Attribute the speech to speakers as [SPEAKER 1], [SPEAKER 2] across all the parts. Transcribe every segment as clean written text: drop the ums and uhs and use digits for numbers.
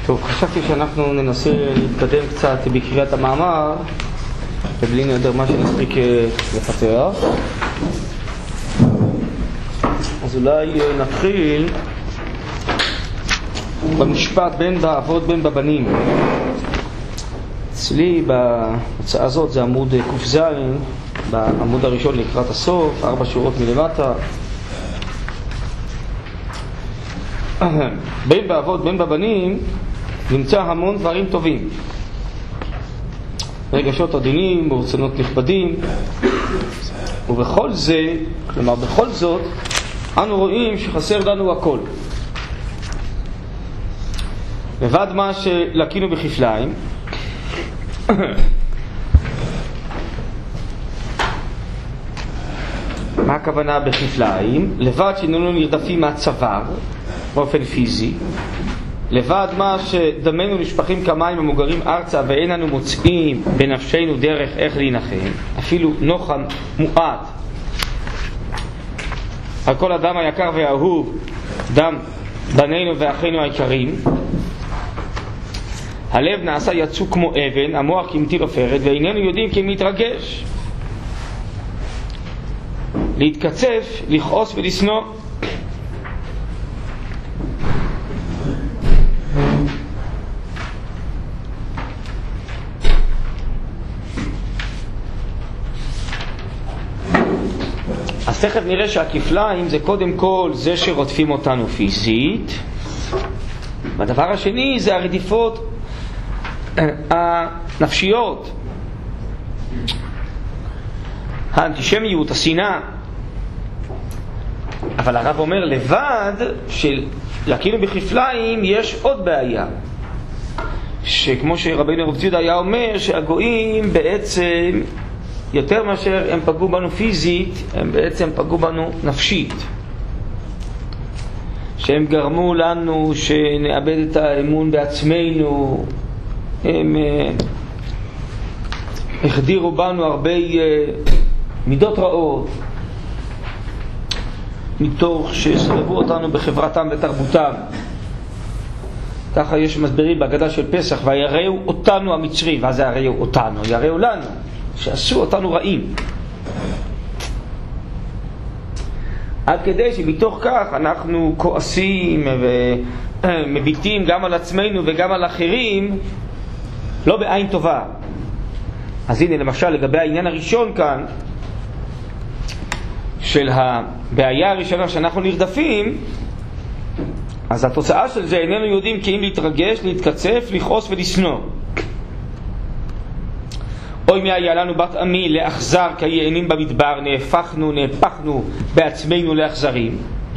[SPEAKER 1] טוב, חשבתי שאנחנו ננסה להתקדם קצת בקריאת המאמר ובלי נדר מה שנספיק לפתח. אז אולי נתחיל במשפט בין באבות בין בבנים. אצלי בהוצאה הזאת זה עמוד ק"ז, בעמוד הראשון לקראת הסוף, 4 שורות מלמטה. בין באבות בין בבנים נמצא המון דברים טובים, רגשות עדינים ורצונות נכבדים, ובכל זה, כלומר בכל זאת, אנו רואים שחסר לנו הכל. לבד מה שלקינו בכפליים, מה הכוונה בכפליים? לבד שאיננו נרדפים מהצוואר באופן פיזי, לבד מה שדמנו נשפכים כמים ומוגרים ארצה ואין אנו מוצאים בנפשנו דרך איך להנחם, אפילו נוחם מועט על כל אדם היקר והאהוב, דם בנינו ואחינו היקרים. הלב נעשה יצוק כמו אבן, המוח כמטיל עופרת, ואיננו יודעים כי מתרגש, להתקצף, לכעוס ולשנוא. אז תכף נראה שהכפליים זה קודם כל זה שרודפים אותנו פיזית, והדבר השני זה הרדיפות הנפשיות, האנטישמיות, השנאה. אבל הרב אומר לבד של לקינו בכפליים יש עוד בעיה, שכמו שרבינו רב ציודה היה אומר, שהגויים בעצם יותר מאשר הם פגעו בנו פיזית, הם בעצם פגעו בנו נפשית, שהם גרמו לנו שנאבד את האמון בעצמנו, הם החדירו בנו הרבה מידות רעות מתוך שסובבו אותנו בחברתם ותרבותם. ככה יש מסבירים בהגדה של פסח, ויראו אותנו המצרים, ואז יראו אותנו, יראו לנו שעשו אותנו רעים, עד כדי שמתוך כך אנחנו כועסים ומביטים גם על עצמנו וגם על אחרים לא בעין טובה. אז הנה למשל לגבי העניין הראשון כאן של הבעיה הראשונה שאנחנו נרדפים, אז התוצאה של זה איננו יודעים כי אם להתרגש, להתקצף, לכעוס ולשנוא. אוי מי היה לנו בת עמי לאכזר כיענים במדבר, נהפכנו בעצמנו לאכזרים.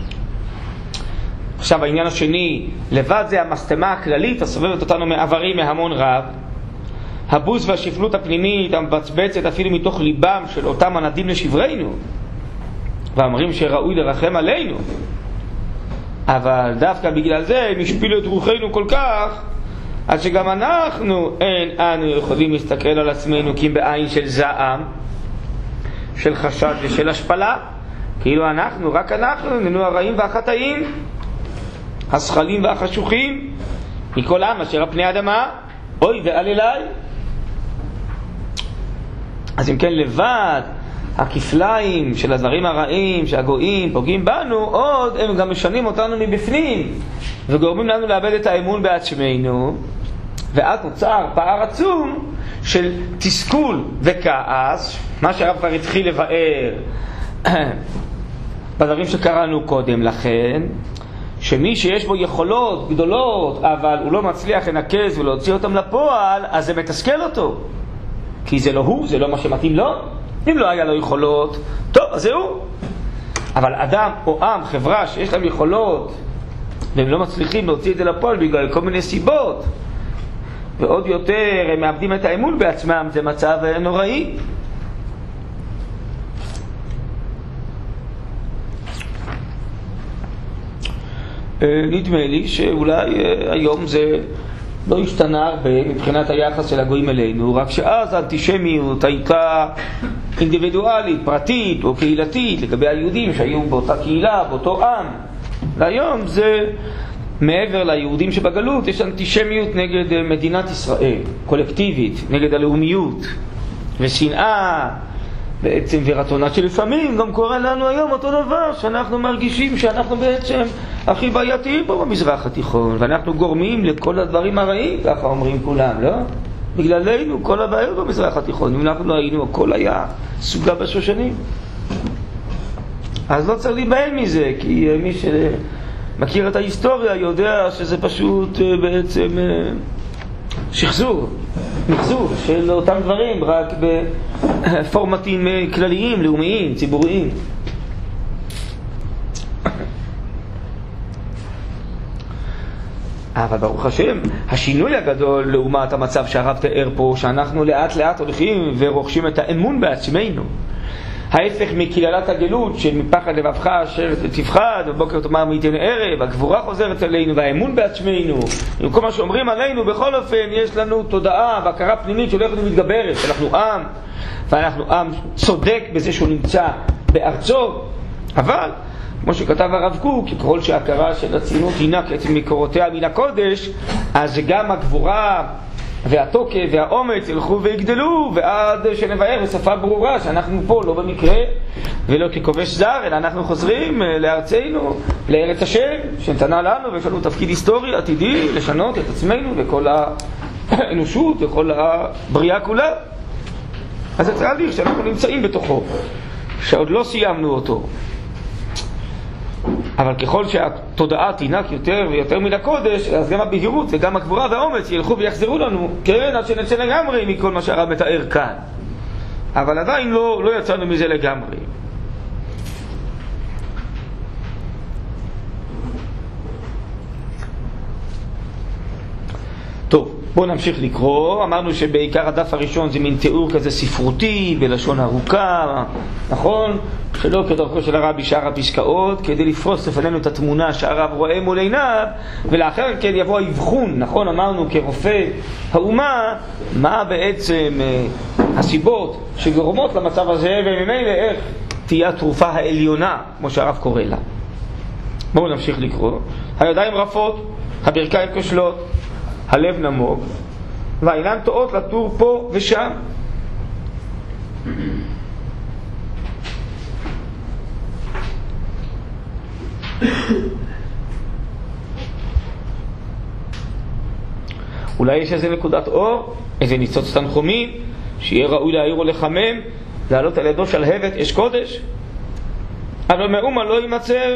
[SPEAKER 1] עכשיו העניין השני, לבד זה המסתמה הכללית הסובבת אותנו מעברים מהמון רב, הבוז והשפלות הפנימית המבצבצת אפילו מתוך ליבם של אותם הנדים לשברנו ואמרים שראוי לרחם עלינו, אבל דווקא בגלל זה הם השפילו את רוחנו כל כך עד שגם אנחנו אין אנו יכולים להסתכל על עצמנו כי אם בעין של זעם, של חשד ושל השפלה, כאילו אנחנו, רק אנחנו ננו הרעים והחטאים, השכלים והחשוכים מכל עם אשר על פני אדמה, אוי ואל אליי. אז אם כן לבד הכפליים של הדברים הרעים שהגויים פוגעים בנו, עוד הם גם משנים אותנו מבפנים וגורמים לנו לאבד את האמון בעצמנו, ואז נוצר פער עצום של תסכול וכעס, מה שהרב כבר התחיל לבאר בדברים שקראנו קודם לכן, שמי שיש בו יכולות גדולות אבל הוא לא מצליח לנקז ולהוציא אותם לפועל, אז זה מתסכל אותו, כי זה לא הוא, זה לא מה שמתאים לו. אם לא היה לו יכולות, טוב, אז זה הוא. אבל אדם או עם, חברה שיש להם יכולות והם לא מצליחים להוציא את זה לפועל בגלל כל מיני סיבות, ועוד יותר הם מאבדים את האמון בעצמם, זה מצב נוראי. נדמה לי שאולי היום זה לא השתנה הרבה מבחינת היחס של הגויים אלינו, רק שאז האנטישמיות הייתה אינדיבידואלית, פרטית או קהילתית לגבי היהודים שהיו באותה קהילה, באותו עם. והיום זה מעבר ליהודים שבגלות, יש אנטישמיות נגד מדינת ישראל, קולקטיבית, נגד הלאומיות, ושנאה, בעצם ורצונות שלפעמים גם קורה לנו היום אותו דבר, שאנחנו מרגישים שאנחנו בעצם הכי בעייתיים פה במזרח התיכון, ואנחנו גורמים לכל הדברים הרעים, ככה אומרים כולם, לא? בגללנו כל הבעיות במזרח התיכון, אם אנחנו לא היינו, הכל היה סוגה בשושנים. אז לא צריך להיבהל מזה, כי מי שמכיר את ההיסטוריה יודע שזה פשוט בעצם שחזור, מחזור של אותם דברים, רק בפורמטים כלליים, לאומיים, ציבוריים. אבל ברוך השם, השינוי הגדול לעומת המצב שהרב תיאר פה, שאנחנו לאט לאט הולכים ורוכשים את האמון בעצמנו. ההפך מקללת הגלות של מפחד לבבך אשר תפחד ובוקר תאמר מי ייתן ערב, הגבורה חוזרת אלינו והאמון בעצמנו, עם כל מה שאומרים עלינו. בכל אופן יש לנו תודעה והכרה פנימית שהולכת ומתגברת, שאנחנו עם, ואנחנו עם צודק בזה שהוא נמצא בארצו. אבל כמו שכתב הרב קוק, ככל שההכרה של הציונות היא נקת מקורותיה מן הקודש, אז גם הגבורה והתוקף והאומץ ילכו ויגדלו, ועד שנבהר בשפה ברורה שאנחנו פה לא במקרה ולא ככובש זר, אלא אנחנו חוזרים לארצנו, לארץ השם שנתנה לנו, ויש לנו תפקיד היסטורי עתידי לשנות את עצמנו וכל האנושות וכל הבריאה כולה. אז זה תהליך שאנחנו נמצאים בתוכו, שעוד לא סיימנו אותו. אבל ככל שהתודעה תינק יותר ויותר מן הקודש, אז גם הבהירות וגם הגבורה והאומץ ילכו ויחזרו לנו, כן, עד שנצא לגמרי מכל מה שהרב מתאר כאן. אבל עדיין לא יצאנו מזה לגמרי. טוב, בואו נמשיך לקרוא. אמרנו שבעיקר הדף הראשון זה מין תיאור כזה ספרותי בלשון ארוכה, נכון? שלא כדרכו של הרב בשאר הפסקאות, כדי לפרוס לפנינו את התמונה שהרב רואה מול עיניו, ולאחר כן יבוא האבחון, נכון? אמרנו כרופא האומה, מה בעצם הסיבות שגורמות למצב הזה, וממילא איך תהיה התרופה העליונה, כמו שהרב קורא לה. בואו נמשיך לקרוא. הידיים רפות, הברכיים כושלות, הלב נמוג, והעיניים טועות לטור פה ושם. אולי יש איזה נקודת אור, איזה ניצוץ תנחומים, שיהיה ראוי להעיר או לחמם, לעלות על ידו שלהבת אש קודש, אבל מאומה לא יימצא.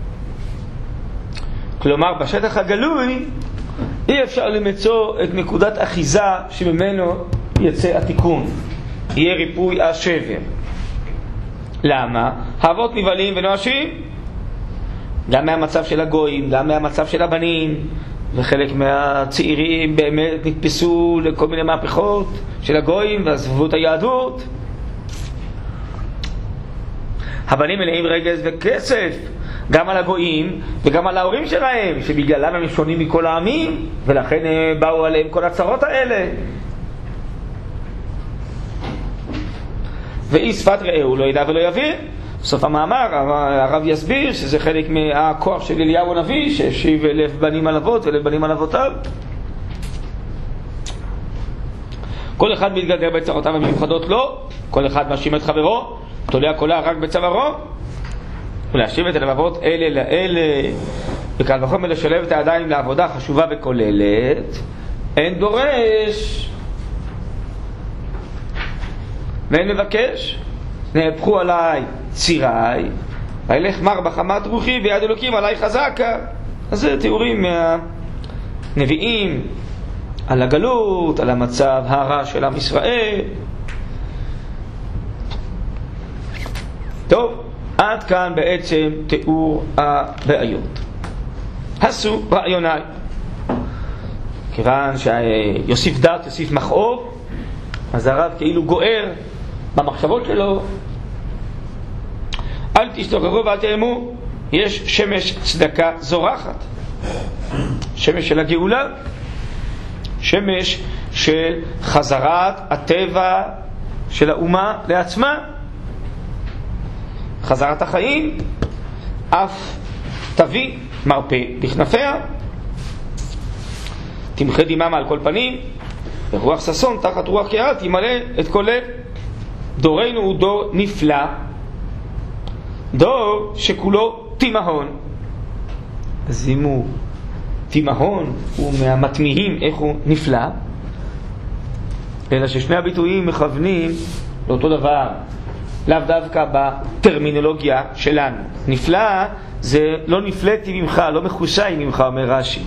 [SPEAKER 1] כלומר, בשטח הגלוי אי אפשר למצוא את נקודת אחיזה שממנו יצא התיקון, יהיה ריפוי השבר. למה? האבות נבהלים ונואשים, גם מהמצב של הגויים, גם מהמצב של הבנים, וחלק מהצעירים באמת נתפסו לכל מיני מהפכות של הגויים ועזבו את היהדות. הבנים מלאים רגז וכסף גם על הגויים וגם על ההורים שלהם, שבגללם הם שונים מכל העמים, ולכן באו עליהם כל הצרות האלה. ואי שפת רעהו לא ידע ולא יבין. בסוף המאמר הרב יסביר שזה חלק מהכוח של אליהו הנביא, שהשיב לב בנים על אבות ולב בנים על אבותיו. כל אחד מתגדר בצרותיו המיוחדות לו, כל אחד מאשים את חברו, תולה קולה רק בצווארו, ולהשיב את הלבבות אלה לאלה, וקל וחומר לשלב את הידיים לעבודה חשובה וכוללת, אין דורש ואין מבקש. נהפכו עליי ציריי, וילך מר בחמת רוחי, ויד אלוקים עליי חזקה. אז זה תיאורים מהנביאים על הגלות, על המצב הרע של עם ישראל. טוב, עד כאן בעצם תיאור הבעיות. הסו רעיוני, כיוון שיוסיף דת, יוסיף מכאוב, אז הרב כאילו גוער במחשבות שלו. אל תשתוכחו ואל תאמו, יש שמש צדקה זורחת, שמש של הגאולה, שמש של חזרת הטבע של האומה לעצמה, חזרת החיים, אף תביא מרפא בכנפיה. תמחה דממה על כל פנים, ורוח ששון תחת רוח קהה תמלא את כל לב. דורנו הוא דור נפלא, דור שכולו תימהון. אז אם הוא תימהון, הוא מהמתמיהים, איך הוא נפלא? אלא ששני הביטויים מכוונים לאותו דבר, לאו דווקא בטרמינולוגיה שלנו. נפלא זה לא נפלאתי ממך, לא מחושי ממך, אומר רש"י.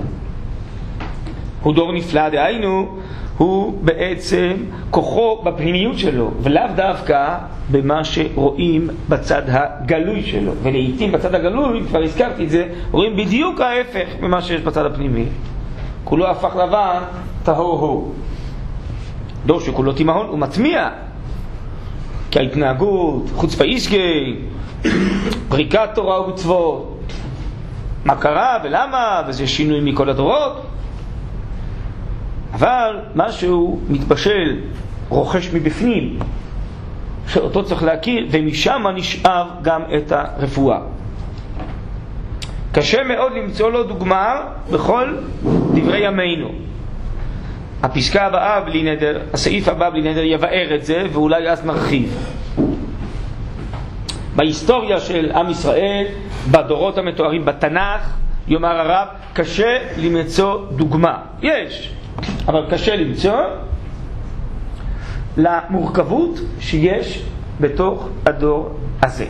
[SPEAKER 1] הוא דור נפלא, דהיינו, הוא בעצם כוחו בפנימיות שלו, ולאו דווקא במה שרואים בצד הגלוי שלו. ולעיתים בצד הגלוי, כבר הזכרתי את זה, רואים בדיוק ההפך ממה שיש בצד הפנימי. כולו הפך לבן, טהור הוא. דור שכולו תימהון הוא מטמיע, כי ההתנהגות, חוצפה איסגי, פריקת תורה ומצוות, מה קרה ולמה, וזה שינוי מכל הדורות. אבל משהו מתבשל, רוכש מבפנים, שאותו צריך להכיר, ומשם נשאב גם את הרפואה. קשה מאוד למצוא לו דוגמה בכל דברי ימינו. הפסקה הבאה בלי נדר, הסעיף הבא בלי נדר יבאר את זה, ואולי אז נרחיב. בהיסטוריה של עם ישראל, בדורות המתוארים בתנ"ך, יאמר הרב, קשה למצוא דוגמה. יש, אבל קשה למצוא למורכבות שיש בתוך הדור הזה.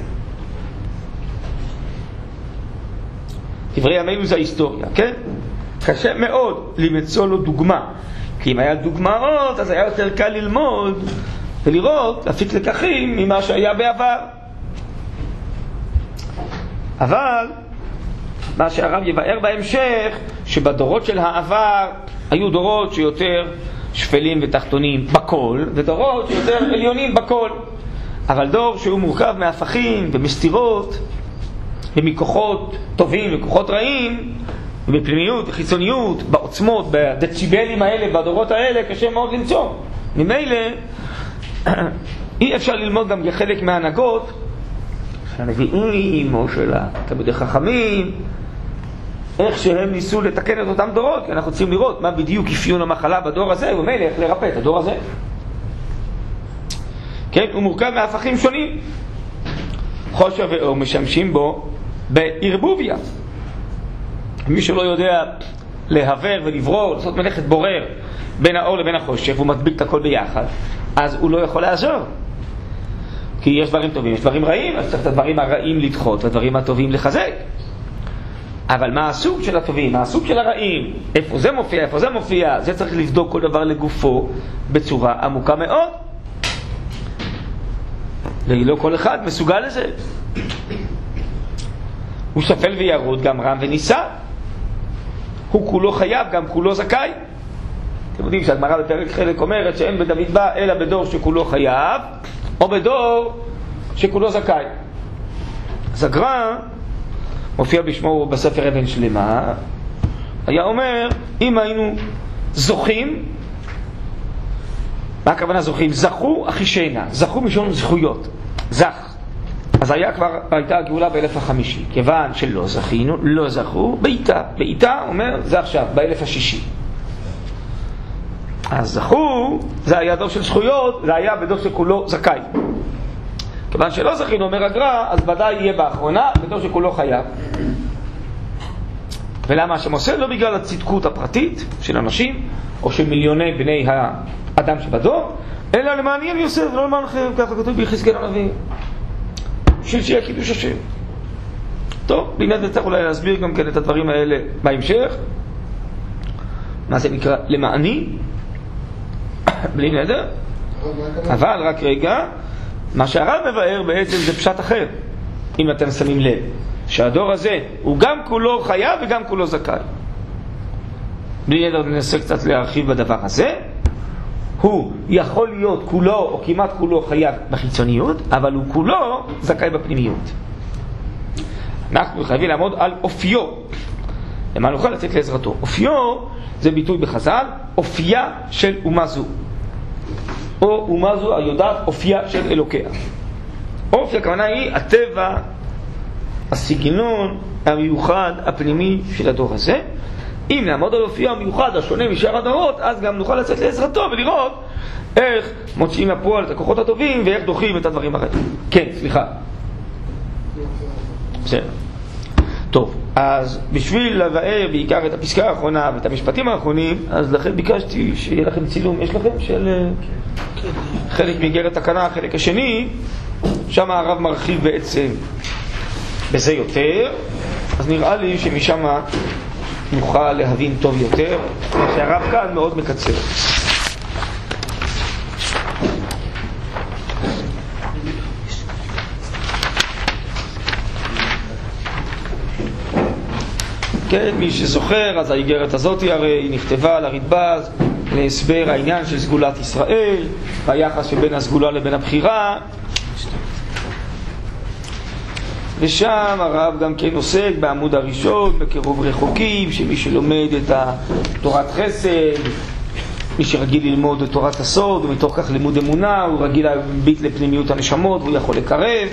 [SPEAKER 1] דברי ימינו זה ההיסטוריה, כן? קשה מאוד למצוא לו דוגמה, כי אם היה דוגמאות אז היה יותר קל ללמוד ולראות, להפיק לקחים ממה שהיה בעבר. אבל מה שהרב יבאר בהמשך, שבדורות של העבר היו דורות שיותר שפלים ותחתונים בכל, ודורות שיותר עליונים בכל. אבל דור שהוא מורכב מהפכים ומסתירות ומכוחות טובים וכוחות רעים, בפנימיות וחיצוניות, בעוצמות, בדציבלים האלה, בדורות האלה, קשה מאוד למצוא. ממילא אי אפשר ללמוד גם חלק מההנהגות של הנביאים או של תלמידי חכמים, איך שהם ניסו לתקן את אותם דורות, כי אנחנו צריכים לראות מה בדיוק אפיון המחלה בדור הזה, ומילא איך לרפא את הדור הזה. כן, הוא מורכב מהפכים שונים. חושך ואור משמשים בו בערבוביה. מי שלא יודע להבר ולברור, לעשות מלאכת בורר בין האור לבין החושך, והוא מדביק את הכל ביחד, אז הוא לא יכול לעזור. כי יש דברים טובים, יש דברים רעים, אז צריך את הדברים הרעים לדחות, והדברים הטובים לחזק. אבל מה הסוג של הטובים, מה הסוג של הרעים, איפה זה מופיע, איפה זה מופיע, זה צריך לבדוק כל דבר לגופו בצורה עמוקה מאוד. ולא כל אחד מסוגל לזה. הוא שפל וירוד, גם רם וניסה. הוא כולו חייב, גם כולו זכאי. אתם יודעים שהגמרא בפרק חלק אומרת שאין בדוד בא אלא בדור שכולו חייב, או בדור שכולו זכאי. אז הגר"א מופיע בשמו בספר אבן שלמה, היה אומר, אם היינו זוכים, מה הכוונה זוכים? זכו אחישנה, זכו משום זכויות, זך. אז הייתה הגאולה ב-1050, כיוון שלא זכינו, לא זכו, בעיטה אומר, זה עכשיו, ב-1060. אז זכו, זה היה דור של זכויות, זה היה בדור שכולו זכאי. כיוון שלא זכינו, אומר הגר"א, אז ודאי יהיה באחרונה, בדור שכולו חייב. ולמה השם עושה? לא בגלל הצדקות הפרטית של אנשים, או של מיליוני בני האדם שבדור, אלא למעניין יוסף, לא למענכם, ככה כתוב ביחזקאל הנביא. בשביל שיהיה קידוש השם. טוב, באמת צריך אולי להסביר גם כן את הדברים האלה בהמשך. מה זה נקרא? למעני? בלי נדר? אבל רק רגע, מה שהרב מבאר בעצם זה פשט אחר, אם אתם שמים לב, שהדור הזה הוא גם כולו חייב וגם כולו זכאי. בלי נדר ננסה קצת להרחיב בדבר הזה. הוא יכול להיות כולו או כמעט כולו חייב בחיצוניות, אבל הוא כולו זכאי בפנימיות. אנחנו חייבים לעמוד על אופיו, למה נוכל לצאת לעזרתו. אופיו זה ביטוי בחז"ל, אופייה של אומה זו, או אומה זו היודעת אופייה של אלוקיה. אופי הכוונה היא הטבע, הסגנון המיוחד הפנימי של הדור הזה, אם נעמוד על אופיו המיוחד השונה משאר הדורות, אז גם נוכל לצאת לעזרתו ולראות איך מוצאים לפועל את הכוחות הטובים ואיך דוחים את הדברים הרעים. כן, סליחה. בסדר. טוב, אז בשביל לבאר בעיקר את הפסקה האחרונה ואת המשפטים האחרונים, אז לכן ביקשתי שיהיה לכם צילום. יש לכם של חלק מאיגרת תקנה, החלק השני, שם הרב מרחיב בעצם בזה יותר, אז נראה לי שמשם נוכל להבין טוב יותר, שהרב כאן מאוד מקצר. כן, מי שזוכר, אז האיגרת הזאת הרי נכתבה על הרדב"ז להסבר העניין של סגולת ישראל, והיחס שבין הסגולה לבין הבחירה, ושם הרב גם כן עוסק בעמוד הראשון, בקירוב רחוקים, שמי שלומד את תורת חסד, מי שרגיל ללמוד את תורת הסוד, ומתוך כך לימוד אמונה, הוא רגיל להביט לפנימיות הנשמות, והוא יכול לקרב.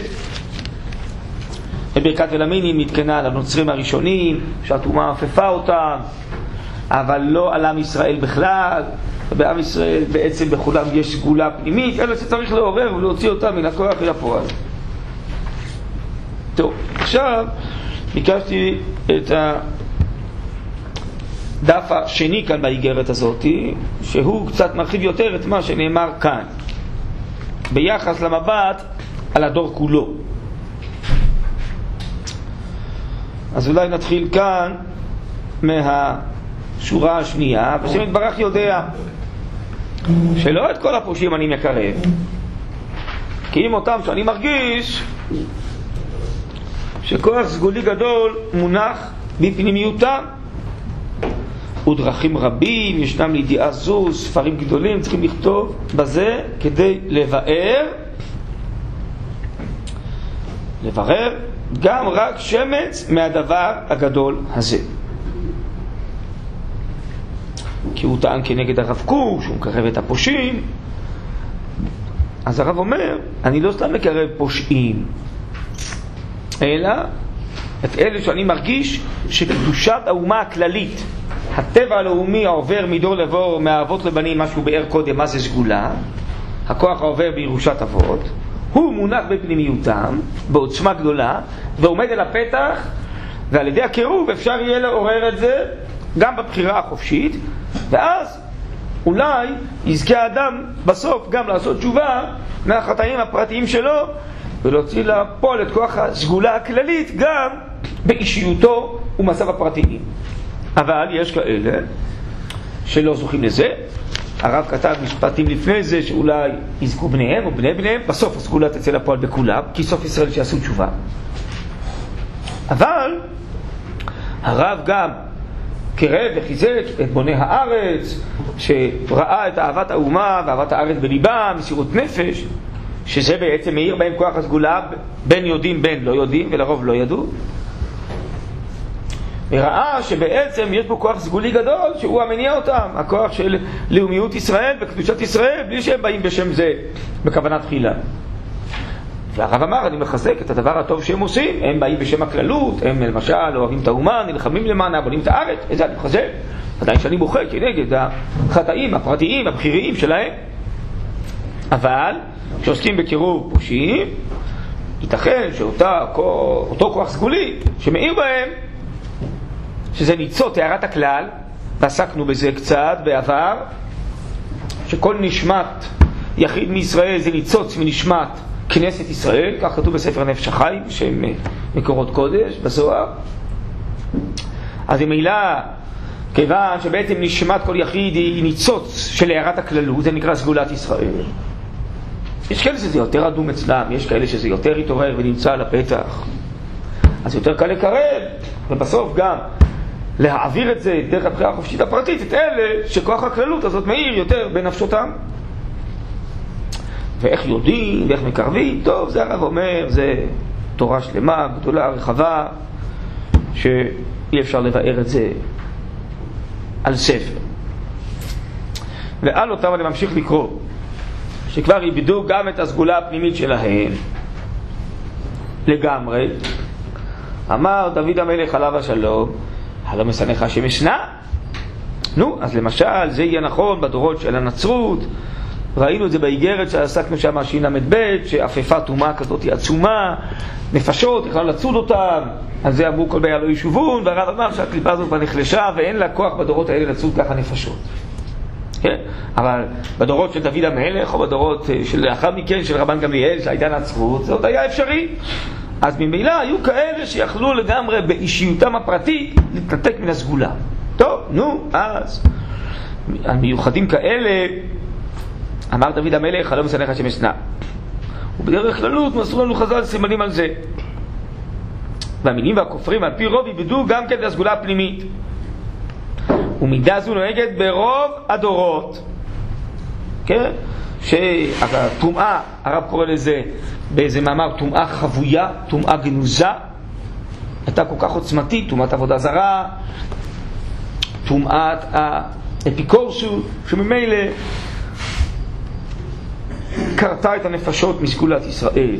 [SPEAKER 1] בברכת ולמינים נתקנה על הנוצרים הראשונים, שהטומאה אפפה אותם, אבל לא על עם ישראל בכלל. בעם ישראל בעצם בכולם יש סגולה פנימית, אלא שצריך לעורר ולהוציא אותם מן הכוח אל הפועל. טוב, עכשיו ביקשתי את הדף השני כאן באיגרת הזאת, שהוא קצת מרחיב יותר את מה שנאמר כאן ביחס למבט על הדור כולו. אז אולי נתחיל כאן מהשורה השנייה. השם יתברך יודע שלא את כל הפושעים אני מקרב, כי אם אותם שאני מרגיש שכוח סגולי גדול מונח בפנימיותם, ודרכים רבים ישנם לידיעה זו, ספרים גדולים צריכים לכתוב בזה כדי לברר גם רק שמץ מהדבר הגדול הזה. כי הוא טען כנגד הרב קוק שהוא מקרב את הפושעים. אז הרב אומר, אני לא סתם מקרב פושעים, אלא את אלה שאני מרגיש שקדושת האומה הכללית, הטבע הלאומי העובר מדור לדור, מהאבות לבנים, משהו באר קודם, מה זה סגולה, הכוח העובר בירושת אבות, הוא מונח בפנימיותם בעוצמה גדולה ועומד אל הפתח, ועל ידי הקירוב אפשר יהיה לעורר את זה גם בבחירה החופשית, ואז אולי יזכה האדם בסוף גם לעשות תשובה מהחטאים הפרטיים שלו ולהוציא לפועל את כוח הסגולה הכללית גם באישיותו ומעשיו הפרטיים. אבל יש כאלה שלא זוכים לזה. הרב כתב משפטים לפני זה שאולי יזכו בניהם או בני בניהם, בסוף הסגולה תצא לפועל בכולם, כי סוף ישראל שיעשו תשובה. אבל הרב גם קרב וחיזק את בוני הארץ, שראה את אהבת האומה ואהבת הארץ בליבם, מסירות נפש, שזה בעצם מאיר בהם כוח הסגולה, בין יודעים בין לא יודעים, ולרוב לא ידעו. וראה שבעצם יש פה כוח סגולי גדול שהוא המניע אותם, הכוח של לאומיות ישראל וקדושת ישראל, בלי שהם באים בשם זה בכוונת תחילה. והרב אמר, אני מחזק את הדבר הטוב שהם עושים, הם באים בשם הכללות, הם למשל אוהבים את האומה, נלחמים למענה, בונים את הארץ, איזה אני מחזק, עדיין שאני מוחה כנגד החטאים הפרטיים הבחיריים שלהם. אבל כשעוסקים בקירוב פושעים, ייתכן שאותו כוח סגולי שמאיר בהם, שזה ניצות הערת הכלל, ועסקנו בזה קצת בעבר, שכל נשמת יחיד מישראל זה ניצוץ מנשמת כנסת ישראל, כך כתוב בספר נפש החיים, שהם מקורות קודש בזוהר. אז ממילא, כיוון שבעצם נשמת כל יחיד היא ניצוץ של הערת הכללות, זה נקרא סגולת ישראל. יש כאלה שזה יותר אדום אצלם, יש כאלה שזה יותר התעורר ונמצא על הפתח, אז יותר קל לקרב, ובסוף גם להעביר את זה דרך הבחירה החופשית הפרטית, את אלה שכוח הכללות הזאת מאיר יותר בנפשותם. ואיך יודעים ואיך מקרבים, טוב, זה הרב אומר, זה תורה שלמה, גדולה, רחבה, שאי אפשר לבאר את זה על ספר. ועל אותם אני ממשיך לקרוא, שכבר איבדו גם את הסגולה הפנימית שלהם לגמרי. אמר דוד המלך עליו השלום, הלא משנאך השם ישנא, אז למשל, זה יהיה נכון בדורות של הנצרות. ראינו את זה באיגרת שעסקנו שם, ש"ב, שאפפה טומאה כזאת היא עצומה, נפשות, יכולנו לצוד אותם, על זה אמרו כל בעיה לא ישובון, והרב אמר שהקליפה הזאת כבר נחלשה ואין לה כוח בדורות האלה לצוד ככה נפשות. כן? אבל בדורות של דוד המלך, או בדורות של לאחר מכן של רבן גמליאל, של העידן הנצרות, זה עוד היה אפשרי. אז ממילא היו כאלה שיכלו לגמרי באישיותם הפרטית להתנתק מן הסגולה. טוב, אז על מיוחדים כאלה אמר דוד המלך, הלא משנאך השם אשנא. ובדרך כללות מסרו לנו חז"ל סימנים על זה. והמינים והכופרים על פי רוב איבדו גם כן הסגולה הפנימית. ומידה זו נוהגת ברוב הדורות. כן? שהטומאה, הרב קורא לזה באיזה מאמר, טומאה חבויה, טומאה גנוזה, הייתה כל כך עוצמתית, טומאת עבודה זרה, טומאת האפיקורסות, שממילא קרתה את הנפשות מסגולת ישראל.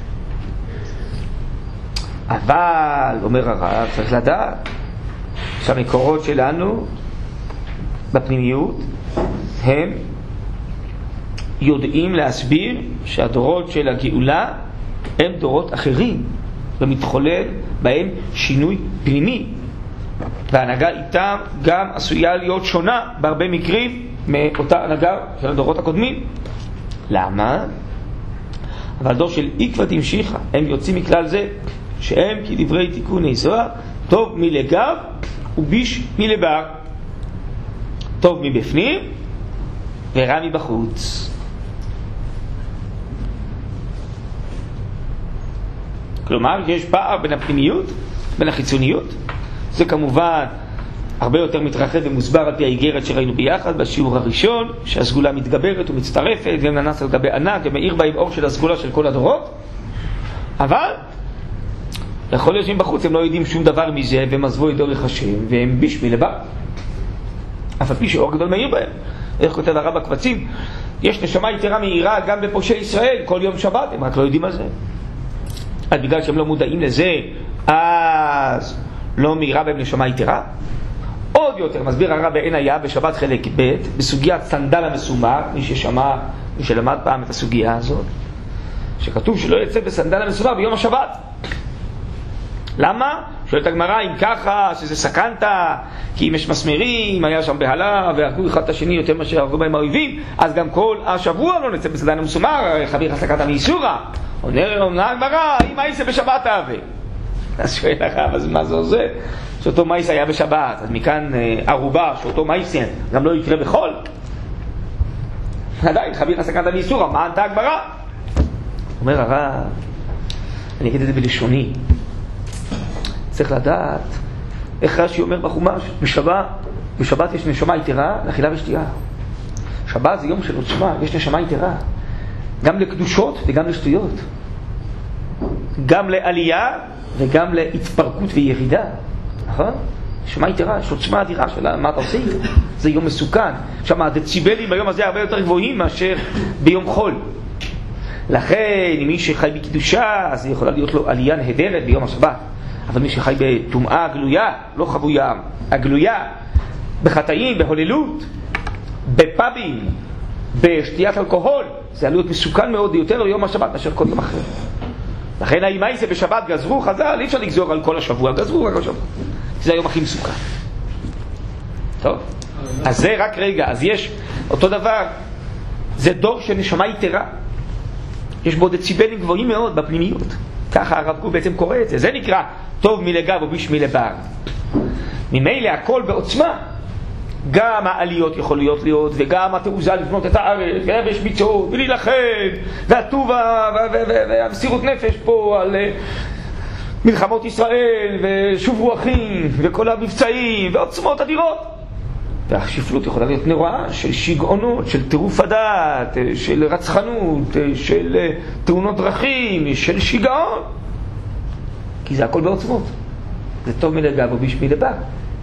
[SPEAKER 1] אבל, אומר הרב, צריך לדעת שהמקורות שלנו בפנימיות הם יודעים להסביר שהדורות של הגאולה הם דורות אחרים ומתחולל בהם שינוי פנימי, וההנהגה איתם גם עשויה להיות שונה בהרבה מקרים מאותה הנהגה של הדורות הקודמים. למה? אבל דור של עקבא דמשיחא הם יוצאים מכלל זה שהם כדברי תיקוני זוהר, טוב מלגב וביש מלבר, טוב מבפנים ורע מבחוץ. כלומר, יש פער בין הפנימיות, בין החיצוניות. זה כמובן הרבה יותר מתרחב ומוסבר על פי האיגרת שראינו ביחד בשיעור הראשון, שהסגולה מתגברת ומצטרפת ומנס על גבי ענק ומאיר בה עם אור של הסגולה של כל הדורות. אבל יכול להיות שהם בחוץ הם לא יודעים שום דבר מזה והם עזבו את דרך השם והם ביש מלבר, אף על פי שאור גדול מאיר בהם. איך כותב הרב בקבצים? יש נשמה יתרה מהירה גם בפושעי ישראל כל יום שבת, הם רק לא יודעים על זה. אז בגלל שהם לא מודעים לזה, אז לא מהירה בהם נשמה יתרה. עוד יותר מסביר הרב בעין היה בשבת חלק ב' בסוגיית סנדל המסומר, מי ששמע, מי שלמד פעם את הסוגיה הזאת, שכתוב שלא יצא בסנדל המסומר ביום השבת. למה? שואלת הגמרא, אם ככה שזה סכנתה, כי אם יש מסמרים, היה שם בהלה והרגו אחד את השני יותר מאשר הרגו בהם האויבים, אז גם כל השבוע לא נצא בסנדל המסומר, חביר הסכנתה מאיסורה. עונה הגמרא, אם מייסה בשבת אהבה. אז שואל הרב, אז מה זה עושה? שאותו מייסה היה בשבת, אז מכאן ערובה שאותו מייסה גם לא יקרה בחול. עדיין חביר הסכנתה מאיסורה, מה ענתה הגמרא? אומר הרב, אני אגיד את זה בלשוני, צריך לדעת איך רש"י אומר בחומש, בשבת יש נשמה יתרה לאכילה ושתייה. שבת זה יום של עוצמה, יש נשמה יתרה גם לקדושות וגם לשטויות, גם לעלייה וגם להתפרקות וירידה, נכון? נשמה יתרה, יש עוצמה אדירה של מה אתה עושה? זה יום מסוכן, שם הדציבלים ביום הזה הרבה יותר גבוהים מאשר ביום חול. לכן מי שחי בקדושה אז יכולה להיות לו עלייה נהדרת ביום השבת, אבל מי שחי בטומאה גלויה, לא חבויה, הגלויה, בחטאים, בהוללות, בפאבים, בשתיית אלכוהול, זה עלויות מסוכן מאוד יותר ליום השבת מאשר כל יום אחר. לכן האימאי זה בשבת גזרו חז"ל, אי אפשר לגזור על כל השבוע, גזרו רק על השבוע, זה היום הכי מסוכן. טוב? אז זה רק רגע, אז יש אותו דבר, זה דור של נשמה יתרה, יש בו דציבלים גבוהים מאוד בפנימיות, ככה הרב קוק בעצם קורא את זה, זה נקרא טוב מלגב וביש מלבר. ממילא הכל בעוצמה, גם העליות יכולות להיות וגם התעוזה לבנות את הארץ ויש ביצעות ולהילחם והטובה והמסירות נפש פה על מלחמות ישראל ושוב רוחים וכל המבצעים ועוצמות אדירות, והשפלות יכולה להיות נוראה של שיגעונות, של טירוף הדעת, של רצחנות, של תאונות דרכים, של שיגעון, כי זה הכל בעוצמות. זה טוב מלגב וביש מלבר,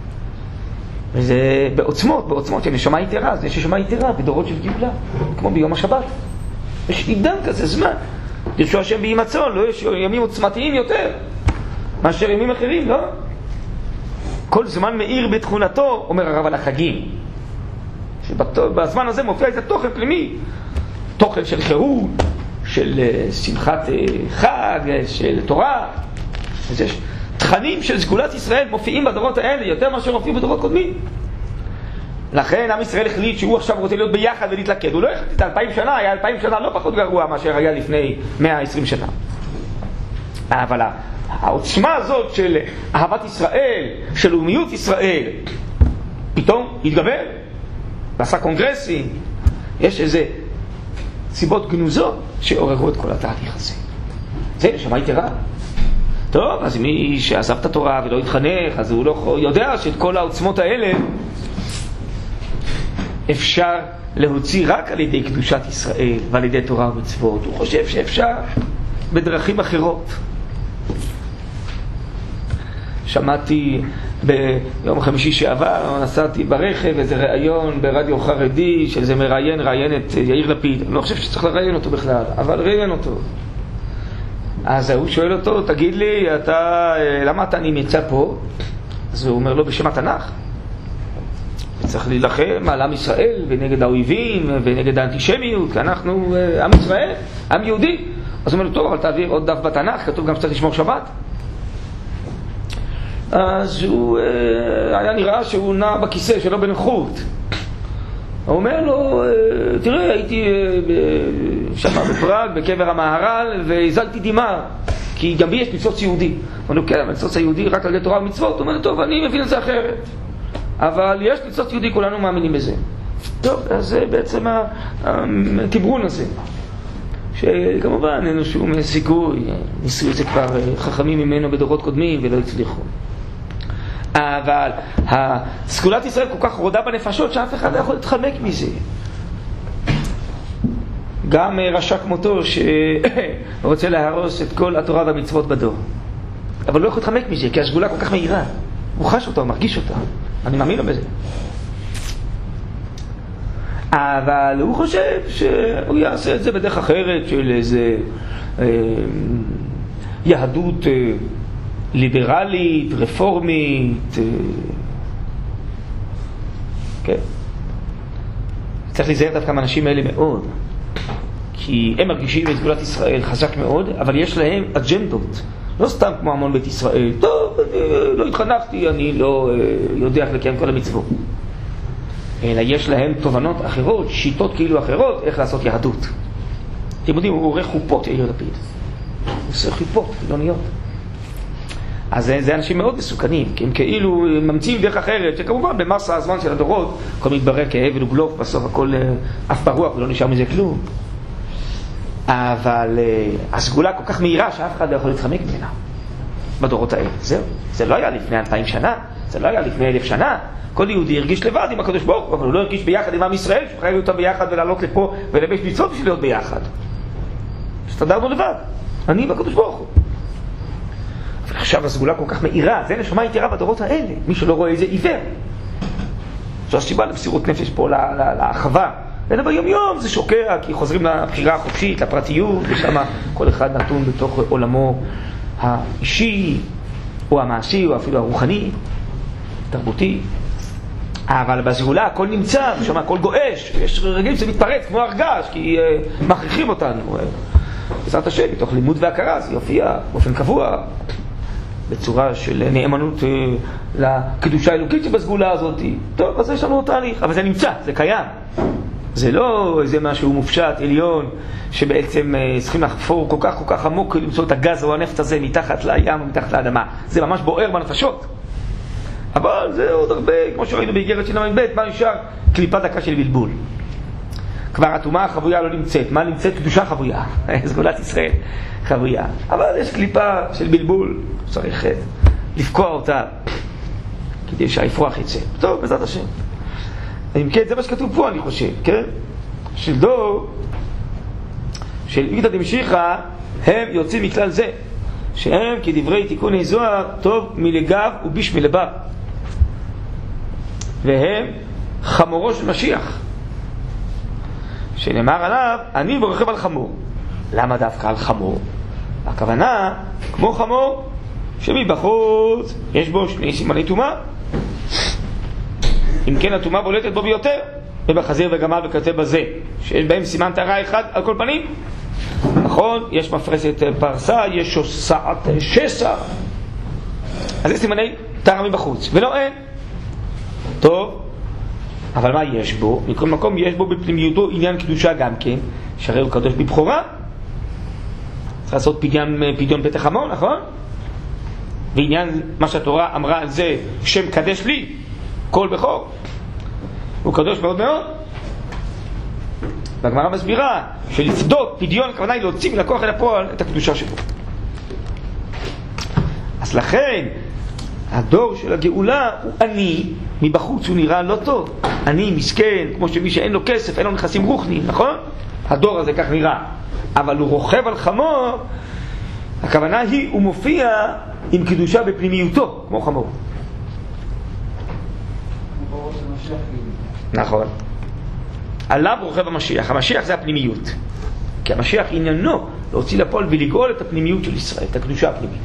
[SPEAKER 1] וזה בעוצמות של נשמה יתרה. אז יש נשמה יתרה בדורות של גאולה, כמו ביום השבת, יש עידן כזה זמן דרשו השם בהימצאו, לא יש ימים עוצמתיים יותר מאשר ימים אחרים, לא? כל זמן מאיר בתכונתו, אומר הרב על החגים. שבזמן הזה מופיע איזה תוכן פנימי, תוכן של חירות, של שמחת חג, של תורה. אז יש תכנים של סגולת ישראל מופיעים בדורות האלה יותר מאשר מופיעים בדורות קודמים. לכן עם ישראל החליט שהוא עכשיו רוצה להיות ביחד ולהתלכד. הוא לא החליט את 2000 שנה, היה 2000 שנה לא פחות גרוע מאשר היה לפני 120 שנה. אבל העוצמה הזאת של אהבת ישראל, של לאומיות ישראל, פתאום התגבר ועשה קונגרסים. יש איזה סיבות גנוזות שעוררו את כל התהליך הזה. זה נשמה יתרה. טוב, אז מי שעזב את התורה ולא התחנך, אז הוא לא יודע שאת כל העוצמות האלה אפשר להוציא רק על ידי קדושת ישראל ועל ידי תורה ומצוות. הוא חושב שאפשר בדרכים אחרות. שמעתי ביום חמישי שעבר, נסעתי ברכב איזה ראיון ברדיו חרדי של איזה ראיין את יאיר לפיד. אני לא חושב שצריך לראיין אותו בכלל, אבל ראיין אותו. אז הוא שואל אותו, תגיד לי, למה אתה נמצא פה? אז הוא אומר לו, בשם התנ"ך. צריך להילחם על עם ישראל ונגד האויבים ונגד האנטישמיות, כי אנחנו עם ישראל, עם יהודי. אז הוא אומר לו, טוב, אבל תעביר עוד דף בתנ"ך, כתוב גם שצריך לשמור שבת. אז הוא היה נראה שהוא נע בכיסא שלו בנוחות. הוא אומר לו, תראה, הייתי שם בפראג, בקבר המהר"ל, והזלתי דמעה, כי גם בי יש ניצוץ יהודי. הוא אומר לו, כן, אבל ניצוץ היהודי רק על ידי תורה ומצוות. הוא אומר לו, טוב, אני מבין את זה אחרת. אבל יש ניצוץ יהודי, כולנו מאמינים בזה. טוב, אז זה בעצם התמרון הזה. שכמובן אין לו שום סיכוי, ניסו את זה כבר חכמים ממנו בדורות קודמים ולא הצליחו. אבל סגולת ישראל כל כך רודה בנפשות שאף אחד לא יכול להתחמק מזה. גם רשע כמותו שרוצה להרוס את כל התורה והמצוות בדור, אבל לא יכול להתחמק מזה כי הסגולה כל כך מהירה. הוא חש אותה, הוא מרגיש אותה, אני מאמין לו בזה. אבל הוא חושב שהוא יעשה את זה בדרך אחרת של איזה יהדות ליברלית, רפורמית. כן. צריך להיזהר דווקא מהאנשים האלה מאוד, כי הם מרגישים את סגולת ישראל חזק מאוד, אבל יש להם אג'נדות. לא סתם כמו המון בית ישראל, טוב, לא התחנכתי, אני לא יודע איך לקיים כל המצוות. אלא יש להם תובנות אחרות, שיטות כאילו אחרות, איך לעשות יהדות. אתם יודעים, הוא עורך חופות, יאיר לפיד. הוא עושה חופות, חילוניות. אז זה אנשים מאוד מסוכנים, כי הם כאילו ממציאים דרך אחרת, שכמובן במסע הזמן של הדורות, הכל מתברר כאבל וגלוף, בסוף הכל אף ברוח, ולא נשאר מזה כלום. אבל הסגולה כל כך מהירה שאף אחד לא יכול להתחמק ממנה בדורות האלה. זהו, זה לא היה לפני 2000 שנה, זה לא היה לפני 1000 שנה. כל יהודי הרגיש לבד עם הקדוש ברוך הוא, אבל הוא לא הרגיש ביחד עם עם ישראל, שהוא חייב אותם ביחד ולעלות לפה ולבש מצוות בשביל להיות ביחד. הסתדרנו לבד, אני והקדוש ברוך הוא. אבל עכשיו הסגולה כל כך מהירה, זה נשמה יתרה בדורות האלה. מי שלא רואה איזה עיוור. זו הסיבה למסירות נפש פה לאחווה. אלא ביום יום זה שוקע, כי חוזרים לבחירה החופשית, לפרטיות, ושם כל אחד נתון בתוך עולמו האישי, או המעשי, או אפילו הרוחני, תרבותי. אבל בסגולה הכל נמצא, ושם הכל גואש, יש רגעים שזה מתפרץ כמו הרגש, כי מכריחים אותנו. בעזרת השם, מתוך לימוד והכרה, זה יופיע באופן קבוע, בצורה של נאמנות לקדושה האלוקית שבסגולה הזאת. טוב, אז יש לנו תהליך, אבל זה נמצא, זה קיים. זה לא איזה משהו מופשט, עליון, שבעצם צריכים לחפור כל כך עמוק למצוא את הגז או הנפט הזה מתחת לים ומתחת לאדמה. זה ממש בוער בנפשות. אבל זה עוד הרבה, כמו שראינו באיגרת של ל"ב, מה נשאר? קליפה דקה של בלבול. כבר הטומאה החבויה לא נמצאת. מה נמצאת? קדושה חבויה. סגולת ישראל חבויה. אבל יש קליפה של בלבול, צריך לפקוע אותה כדי שהאפרוח יצא. טוב, בעזרת השם. אם כן, זה מה שכתוב פה, אני חושב, כן? של דור, של עיתא דמשיחא, הם יוצאים מכלל זה, שהם כדברי תיקוני זוהר, טוב מלגב וביש מלבב. והם חמורו של משיח, שנאמר עליו, אני ברוכב על חמור. למה דווקא על חמור? הכוונה, כמו חמור, שמבחוץ יש בו שני סימני טומאה, אם כן הטומאה בולטת בו ביותר, ובחזיר וגמל וכתב בזה, שיש בהם סימן טהרה אחד על כל פנים. נכון, יש מפרסת פרסה, יש שוסעת שסע, אז זה סימני טהרה מבחוץ, ולא אין. טוב, אבל מה יש בו? מכל מקום יש בו בפנימיותו עניין קדושה גם כן, שהרי הוא קדוש בבחורה. צריך לעשות פדיון פתח המון, נכון? ועניין מה שהתורה אמרה על זה, שם קדש לי כל בכור, הוא קדוש מאוד מאוד. והגמרא מסבירה שלפדות פדיון הכוונה היא להוציא מן הכוח אל הפועל את הקדושה שבו. אז לכן הדור של הגאולה הוא עני, מבחוץ הוא נראה לא טוב, עני מסכן, כמו שמי שאין לו כסף, אין לו נכסים רוחניים, נכון? הדור הזה כך נראה, אבל הוא רוכב על חמור. הכוונה היא, הוא מופיע עם קדושה בפנימיותו, כמו חמור. נכון, עליו רוכב המשיח. המשיח זה הפנימיות, כי המשיח עניינו להוציא לפועל ולגאול את הפנימיות של ישראל, את הקדושה הפנימית.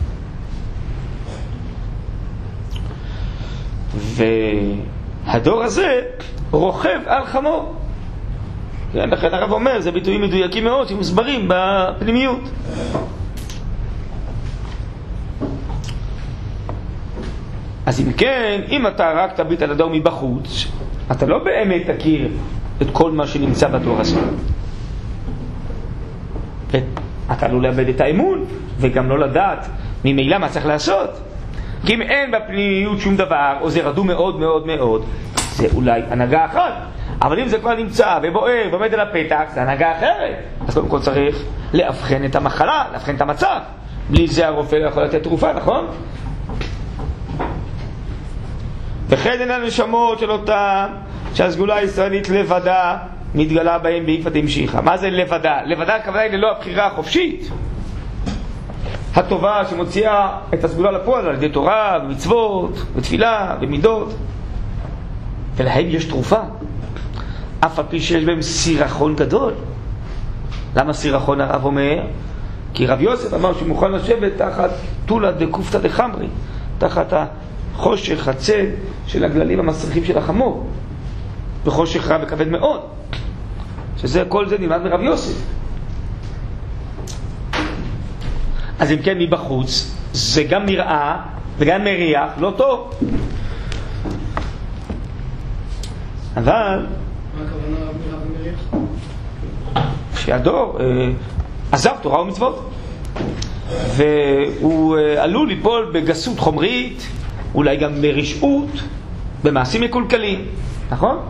[SPEAKER 1] והדור הזה רוכב על חמור. לכן הרב אומר, זה ביטויים מדויקים מאוד שמוסברים בפנימיות. אז אם כן, אם אתה רק תביט על הדור מבחוץ, אתה לא באמת תכיר את כל מה שנמצא בדור הזה. אתה עלול לאבד את האמון, וגם לא לדעת ממילא מה צריך לעשות. כי אם אין בפנימיות שום דבר, או זה רדום מאוד מאוד מאוד, זה אולי הנהגה אחת. אבל אם זה כבר נמצא ובוער ועומד על הפתח, זה הנהגה אחרת. אז קודם כל צריך לאבחן את המחלה, לאבחן את המצב. בלי זה הרופא לא יכול לתת תרופה, נכון? וכן הן הנשמות של אותם שהסגולה הישראלית לבדה מתגלה בהם בעקבת המשיכה. מה זה לבדה? לבדה הכוונה היא ללא הבחירה החופשית הטובה שמוציאה את הסגולה לפועל על ידי תורה ומצוות ותפילה ומידות, ולהם יש תרופה אף על פי שיש בהם סירחון גדול. למה סירחון? הרב אומר כי רב יוסף אמר שהוא מוכן לשבת תחת תולה דקופתא דחמרי, תחת החושך הצל של הגללים המסריחים של החמור, בחושך רב וכבד מאוד, שזה כל זה נלמד מרב יוסף. אז אם כן מבחוץ זה גם נראה וגם מריח לא טוב, אבל
[SPEAKER 2] מה הכוונה רב ומריח?
[SPEAKER 1] שהדור עזב תורה ומצוות, והוא עלול ליפול בגסות חומרית, אולי גם ברשעות, במעשים מקולקלים, נכון?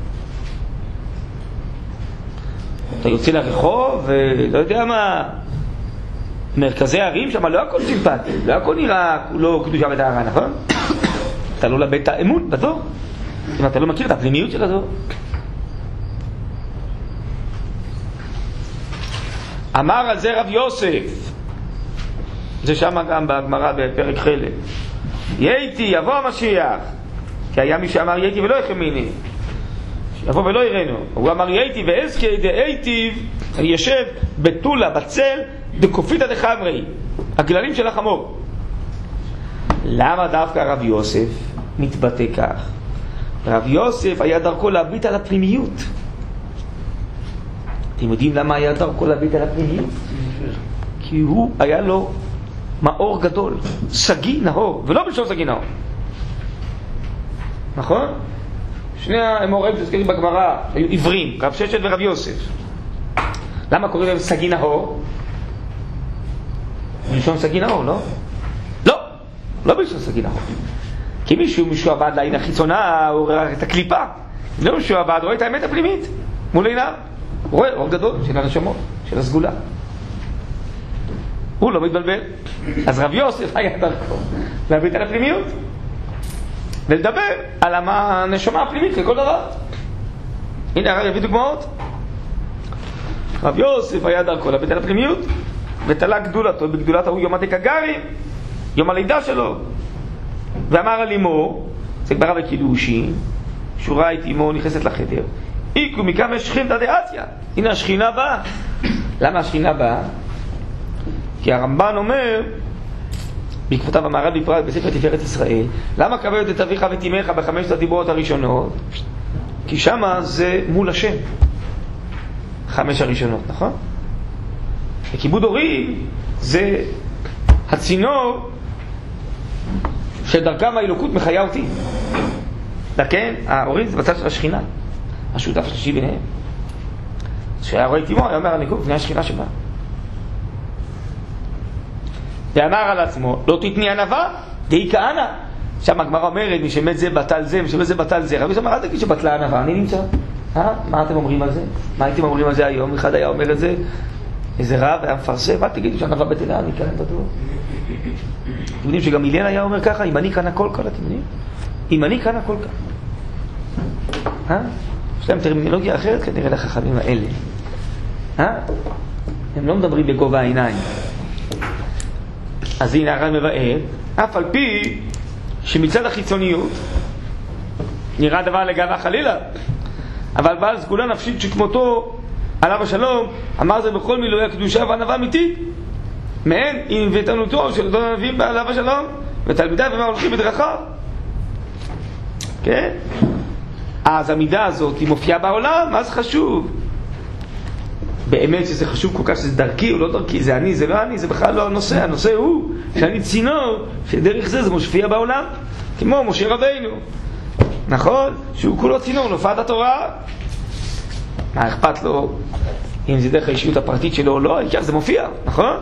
[SPEAKER 1] אתה יוצא לרחוב ולא יודע מה, מרכזי הערים שם לא הכל סימפטי, לא הכל נראה לא קדושה וטהרה, נכון? אתה לא לאבד את האמון בדור אם אתה לא מכיר את הפנימיות של הדור. אמר על זה רב יוסף, זה שם גם בגמרא בפרק חלק, יאיתי יבוא המשיח, כי היה מי שאמר יאיתי ולא יחמיני, יבוא ולא יראינו. הוא אמר יאיתי ואזכי דאיטיב, אני יושב בתולה בצל דקופיתא דחמרי, הגללים של החמור. למה דווקא רב יוסף מתבטא כך? רב יוסף היה דרכו להביט על הפנימיות. אתם יודעים למה היה דרכו להביט על הפנימיות? כי הוא היה לו מאור גדול, סגי נהור, ולא בשביל סגי נהור, נכון? שני המאורים שזכירים בגמרא היו עיוורים, רב ששת ורב יוסף. למה קוראים להם סגי נהור? בלשון סגי נהור, לא? לא בלשון סגי נהור, כי מישהו עבד לעין החיצונה, הוא רואה את הקליפה. לא מישהו עבד, רואה את האמת הפנימית מול עיניו, הוא רואה אור גדול של הנשמות, של הסגולה, הוא לא מתבלבל. אז רב יוסף היה דרכו להביט על הפנימיות ולדבר על הנשמה הפנימית לכל דבר. הנה הרב יביא דוגמאות. רב יוסף היה דרכו להביט על הפנימיות ותלה גדולתו בגדולת ההוא יום הדקגרי, יום הלידה שלו, ואמר על אמו, זה גמרא בקידושין, שהוא ראה את אמו נכנסת לחדר, איקו מכמה שכינתא דאתיא, הנה השכינה באה. למה השכינה באה? כי הרמב"ן אומר בעקבותיו המהר"ל בפראג בספר תפארת ישראל, למה כבד את אביך ואת אמך בחמשת הדיברות הראשונות? כי שמה זה מול השם, 5 הראשונות, נכון? וכיבוד הורים זה הצינור שדרכם האלוקות מחיה אותי. לכן ההורים זה בצד של השכינה, השותף השלישי ביניהם. שהיה רואה את אמו, היה אומר אני גוף בני השכינה שבא. ואמר על עצמו לא תתני ענווה דהי כהנא. שם הגמרא אומרת מי שמת זה בטל זה, מי שמת זה בטל זה. רבי אומר אל תגיד שבטלה ענווה, אני נמצא. מה אתם אומרים על זה? מה הייתם אומרים על זה היום? אחד היה אומר את זה, איזה רב היה מפרסם, אל תגידו שענווה בטלה, אני כאן בטוח. אתם יודעים שגם אילן היה אומר ככה, אם אני כאן הכל כאן, אתם יודעים? אם אני כאן הכל כאן. יש להם טרמינולוגיה אחרת כנראה לחכמים האלה. הם לא מדברים בגובה העיניים. אז הנה הר"ן מבאר, אף על פי שמצד החיצוניות נראה דבר לגאווה חלילה, אבל בעל סגולה נפשית שכמותו עליו השלום אמר זה בכל מילוי הקדושה והענווה אמיתית, מעין עם ותנותו של אותו הנביא עליו השלום ותלמידיו ומהולכים בדרכיו. כן? אז המידה הזאת היא מופיעה בעולם, מה זה חשוב? באמת שזה חשוב כל כך שזה דרכי או לא דרכי, זה אני, זה לא אני, זה בכלל לא הנושא. הנושא הוא שאני צינור שדרך זה מופיע בעולם, כמו משה רבינו, נכון? שהוא כולו צינור להופעת התורה. מה אכפת לו אם זה דרך האישיות הפרטית שלו או לא? העיקר זה מופיע, נכון?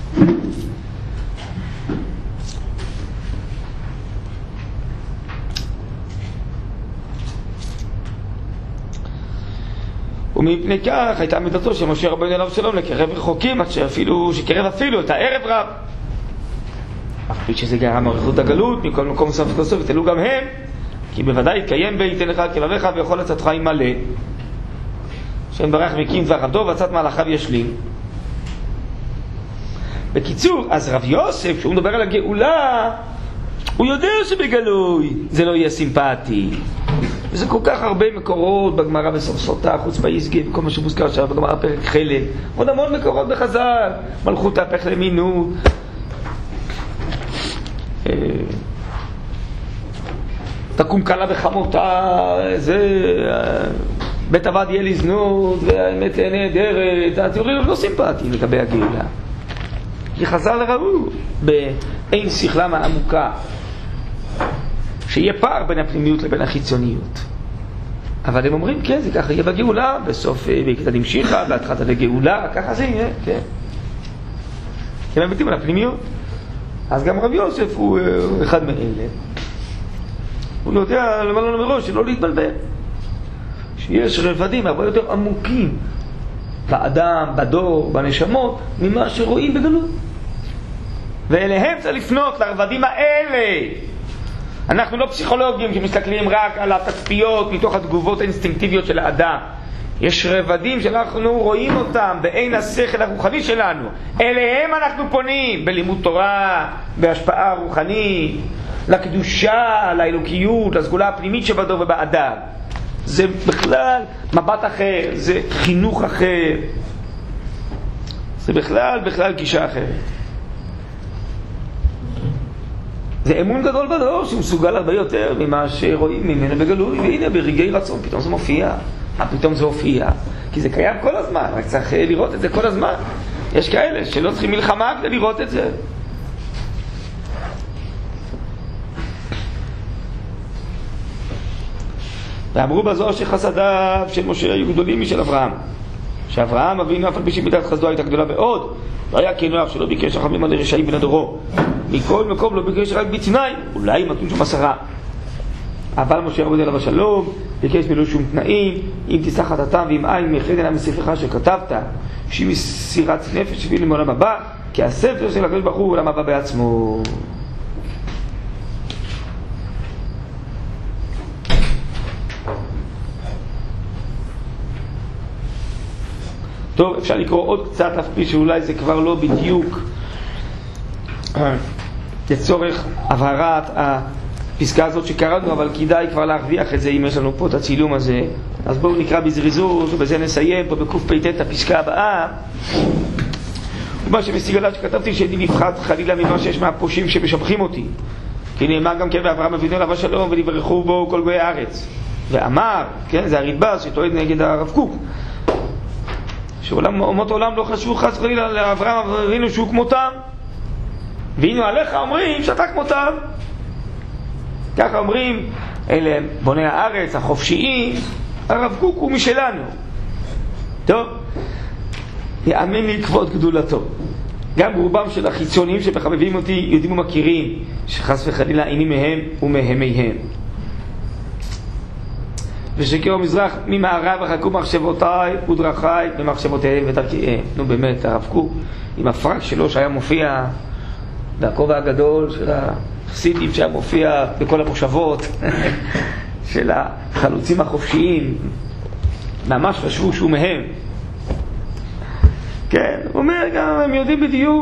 [SPEAKER 1] ומפני כך הייתה מידתו של משה רבינו עליו השלום לקרב רחוקים, עד שקרב אפילו את הערב רב, אף פי שזה גרם אריכות הגלות מכל מקום סוף כל סוף, ותלו גם הם, כי בוודאי יתקיים ייתן לך כלבך ויכול עצתך עם מלא, שם ברך מקים דבר עבדו ועצת מהלכיו ישלים. בקיצור, אז רב יוסף, כשהוא מדבר על הגאולה, הוא יודע שבגלוי זה לא יהיה סימפטי. וזה כל כך הרבה מקורות בגמרא בסורסותה, חוץ ביסגי, וכל מה שמוזכר עכשיו בגמרא פרק חלק, עוד המון מקורות בחז"ל, מלכות תהפך למינות, תקום קלה בחמותה, זה בית עבד יהיה לזנות, והאמת נהדרת, התיאורים לא סימפטיים לגבי הגאולה. כי חז"ל ראו באין שכלם העמוקה שיהיה פער בין הפנימיות לבין החיצוניות. אבל הם אומרים, כן, זה ככה יהיה בגאולה, בסוף בעקת המשיכה, בהתחלת הגאולה, ככה זה יהיה, כן. כי הם מביטים על הפנימיות. אז גם רב יוסף הוא אחד מאלה. הוא יודע למה לא מראש, שלא להתבלבל. שיש רבדים הרבה יותר עמוקים באדם, בדור, בנשמות, ממה שרואים בגלות. ואליהם צריך לפנות לרבדים האלה. אנחנו לא פסיכולוגים שמסתכלים רק על התצפיות מתוך התגובות האינסטינקטיביות של האדם. יש רבדים שאנחנו רואים אותם בעין השכל הרוחני שלנו. אליהם אנחנו פונים בלימוד תורה, בהשפעה רוחנית, לקדושה, לאלוקיות, לסגולה הפנימית שבדור ובאדם. זה בכלל מבט אחר, זה חינוך אחר, זה בכלל גישה אחרת. זה אמון גדול בדור שמסוגל הרבה יותר ממה שרואים ממנו בגלוי. והנה ברגעי רצון פתאום זה מופיע. פתאום זה הופיע? כי זה קיים כל הזמן, רק צריך לראות את זה כל הזמן. יש כאלה שלא צריכים מלחמה כדי לראות את זה. ואמרו בזוהר שחסדיו של משה היו גדולים משל אברהם, שאברהם אבינו אף על פי שמידת חסדו הייתה גדולה מאוד, לא היה כנוער שלא ביקש רחמים על רשעים בן הדורו, מכל מקום לא ביקש רק בתנאי, אולי מתון שם 10. אבל משה רבינו עליו השלום ביקש בלא שום תנאים, אם תישא חטאתם ואם אין מאחד עינם מספרך שכתבת שהיא מסירת נפש הביא לעולם הבא, כי הספר של הקדוש ברוך הוא עולם הבא בעצמו. טוב, אפשר לקרוא עוד קצת אף פי שאולי זה כבר לא בדיוק לצורך הבהרת הפסקה הזאת שקראנו, אבל כדאי כבר להרוויח את זה אם יש לנו פה את הצילום הזה. אז בואו נקרא בזריזות ובזה נסיים פה בקוף פ"ט את הפסקה הבאה. מה שמשיג עליו שכתבתי שאיני נפחד חלילה ממה שיש מהפושעים שמשבחים אותי, כי נאמר גם כן באברהם אבינו עליו השלום ונברכו בו כל גויי הארץ, ואמר, כן, זה הרדב"ז שטוען נגד הרב קוק, שאומות העולם לא חשבו חס וחלילה לאברהם אבינו שהוא כמותם, והנה עליך אומרים שאתה כמותם. ככה אומרים אלה בוני הארץ החופשיים, הרב קוק הוא משלנו. טוב, יאמין לי כבוד גדולתו. גם רובם של החיצוניים שמחבבים אותי יודעים ומכירים שחס וחלילה איני מהם ומהמיהם, ושקר מזרח ממערב רחקו מחשבותיי ודרכיי במחשבותיהם ודרכיהם. נו באמת, הרב קוק עם הפרק שלו שהיה מופיע בכובע הגדול של החסידים שהיה מופיע בכל המושבות של החלוצים החופשיים, ממש חשבו שהוא מהם. כן, הוא אומר גם הם יודעים בדיוק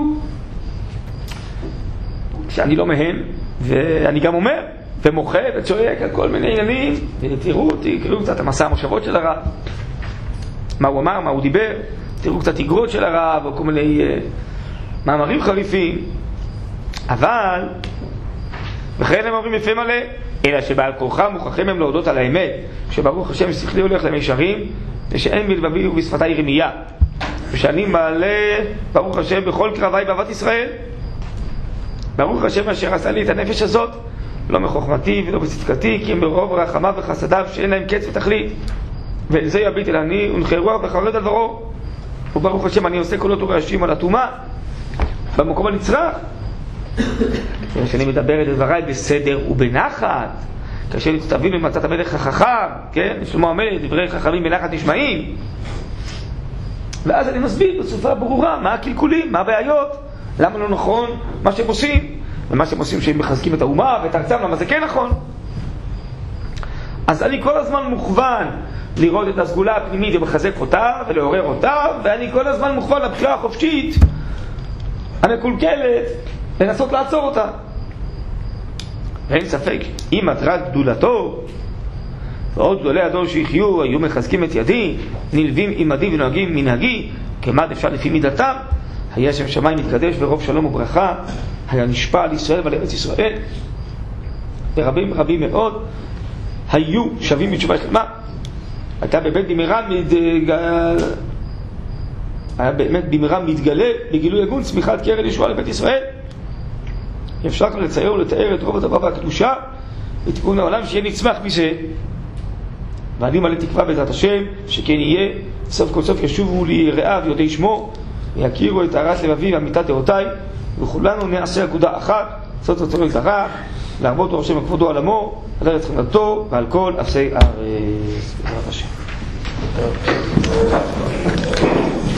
[SPEAKER 1] שאני לא מהם, ואני גם אומר ומוחה וצועק על כל מיני עניינים, ותראו אותי, קראו קצת המסע המושבות של הרב, מה הוא אמר, מה הוא דיבר, תראו קצת איגרות של הרב או כל מיני מאמרים חריפים, אבל וכן הם אומרים יפה מלא, אלא שבעל כורחם מוכרחים הם להודות על האמת שברוך השם שכלי הולך למישרים ושאין בלבבי ובשפתי רמייה, ושאני מעלה ברוך השם בכל קרביי באהבת ישראל. ברוך השם אשר עשה לי את הנפש הזאת, לא מחוכמתי ולא בצדקתי, כי הם ברוב רחמיו וחסדיו שאין להם קץ ותכלית, ואל זה יביט אל אני ונחי רוח וחרד על דברו. וברוך השם אני עושה קולות ורעשים על הטומאה במקום הנצרך, כשאני מדבר את דבריי בסדר ובנחת, כאשר תבין במצאת המלך החכם, כן, שלמה המלך, דברי חכמים בנחת נשמעים, ואז אני מסביר בצורה ברורה מה הקלקולים, מה הבעיות, למה לא נכון מה שהם עושים, ומה שהם עושים שהם מחזקים את האומה ואת ארצם, למה זה כן נכון. אז אני כל הזמן מוכוון לראות את הסגולה הפנימית ומחזק אותה ולעורר אותה, ואני כל הזמן מוכוון לבחירה החופשית המקולקלת לנסות לעצור אותה. ואין ספק, אם מטרת גדולתו ועוד גדולי הדור שיחיו היו מחזקים את ידי, נלווים עמדי ונוהגים מנהגי כמעט אפשר לפי מידתם, היה שם שמיים מתקדש ורוב שלום וברכה היה נשפע על ישראל ועל ארץ ישראל, ורבים רבים מאוד היו שווים בתשובה שלמה. הייתה באמת במהרה מתגלה בגילוי הגון צמיחת קרן ישועה לבית ישראל. אפשר כבר לצייר ולתאר את רוב הדבר והקדושה ותיקון העולם שיהיה נצמח מזה, ואני מלא תקווה בעזרת השם שכן יהיה סוף כל סוף ישובו ליראיו יודעי שמו ויכירו את טהרת לבבי ואמיתת דעותיי, וכולנו נעשה אגודה אחת, זאת רצון יתברך, להרבות אור השם וכבודו על עמו, על ארץ חמדתו ועל כל אפסי הארץ. בעזרת השם.